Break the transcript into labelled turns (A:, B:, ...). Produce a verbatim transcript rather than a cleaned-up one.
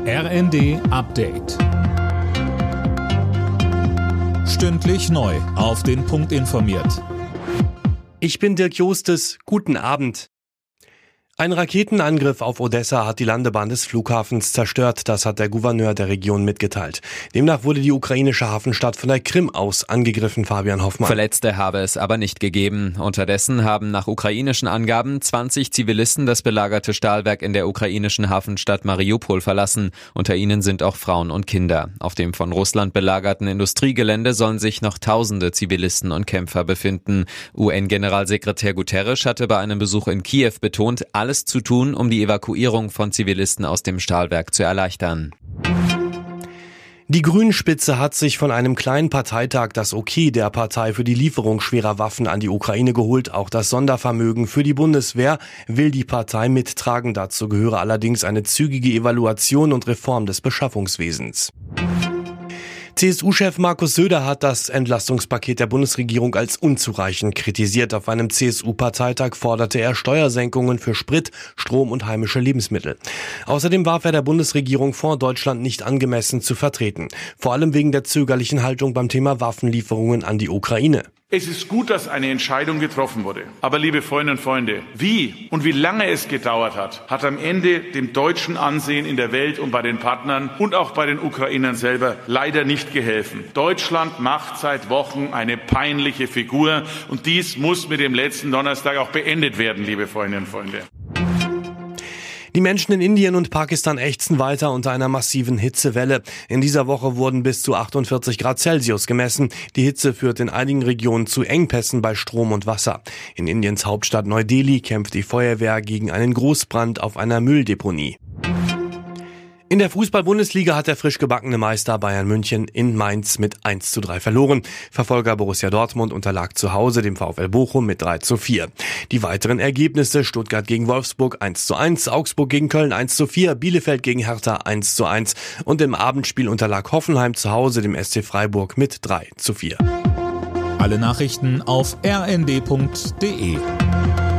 A: R N D Update. Stündlich neu auf den Punkt informiert.
B: Ich bin Dirk Jostes. Guten Abend. Ein Raketenangriff auf Odessa hat die Landebahn des Flughafens zerstört, das hat der Gouverneur der Region mitgeteilt. Demnach wurde die ukrainische Hafenstadt von der Krim aus angegriffen, Fabian Hoffmann.
C: Verletzte habe es aber nicht gegeben. Unterdessen haben nach ukrainischen Angaben zwanzig Zivilisten das belagerte Stahlwerk in der ukrainischen Hafenstadt Mariupol verlassen. Unter ihnen sind auch Frauen und Kinder. Auf dem von Russland belagerten Industriegelände sollen sich noch tausende Zivilisten und Kämpfer befinden. U N-Generalsekretär Guterres hatte bei einem Besuch in Kiew betont, alles zu tun, um die Evakuierung von Zivilisten aus dem Stahlwerk zu erleichtern.
B: Die Grünen-Spitze hat sich von einem kleinen Parteitag das Okay der Partei für die Lieferung schwerer Waffen an die Ukraine geholt. Auch das Sondervermögen für die Bundeswehr will die Partei mittragen. Dazu gehöre allerdings eine zügige Evaluation und Reform des Beschaffungswesens. C S U-Chef Markus Söder hat das Entlastungspaket der Bundesregierung als unzureichend kritisiert. Auf einem C S U-Parteitag forderte er Steuersenkungen für Sprit, Strom und heimische Lebensmittel. Außerdem warf er der Bundesregierung vor, Deutschland nicht angemessen zu vertreten. Vor allem wegen der zögerlichen Haltung beim Thema Waffenlieferungen an die Ukraine.
D: Es ist gut, dass eine Entscheidung getroffen wurde. Aber liebe Freundinnen und Freunde, wie und wie lange es gedauert hat, hat am Ende dem deutschen Ansehen in der Welt und bei den Partnern und auch bei den Ukrainern selber leider nicht geholfen. Deutschland macht seit Wochen eine peinliche Figur und dies muss mit dem letzten Donnerstag auch beendet werden, liebe Freundinnen und Freunde.
B: Die Menschen in Indien und Pakistan ächzen weiter unter einer massiven Hitzewelle. In dieser Woche wurden bis zu achtundvierzig Grad Celsius gemessen. Die Hitze führt in einigen Regionen zu Engpässen bei Strom und Wasser. In Indiens Hauptstadt Neu-Delhi kämpft die Feuerwehr gegen einen Großbrand auf einer Mülldeponie. In der Fußball-Bundesliga hat der frisch gebackene Meister Bayern München in Mainz mit eins zu drei verloren. Verfolger Borussia Dortmund unterlag zu Hause dem VfL Bochum mit drei zu vier. Die weiteren Ergebnisse: Stuttgart gegen Wolfsburg eins zu eins, Augsburg gegen Köln eins zu vier, Bielefeld gegen Hertha eins zu eins und im Abendspiel unterlag Hoffenheim zu Hause dem S C Freiburg mit drei zu vier.
A: Alle Nachrichten auf r n d punkt d e.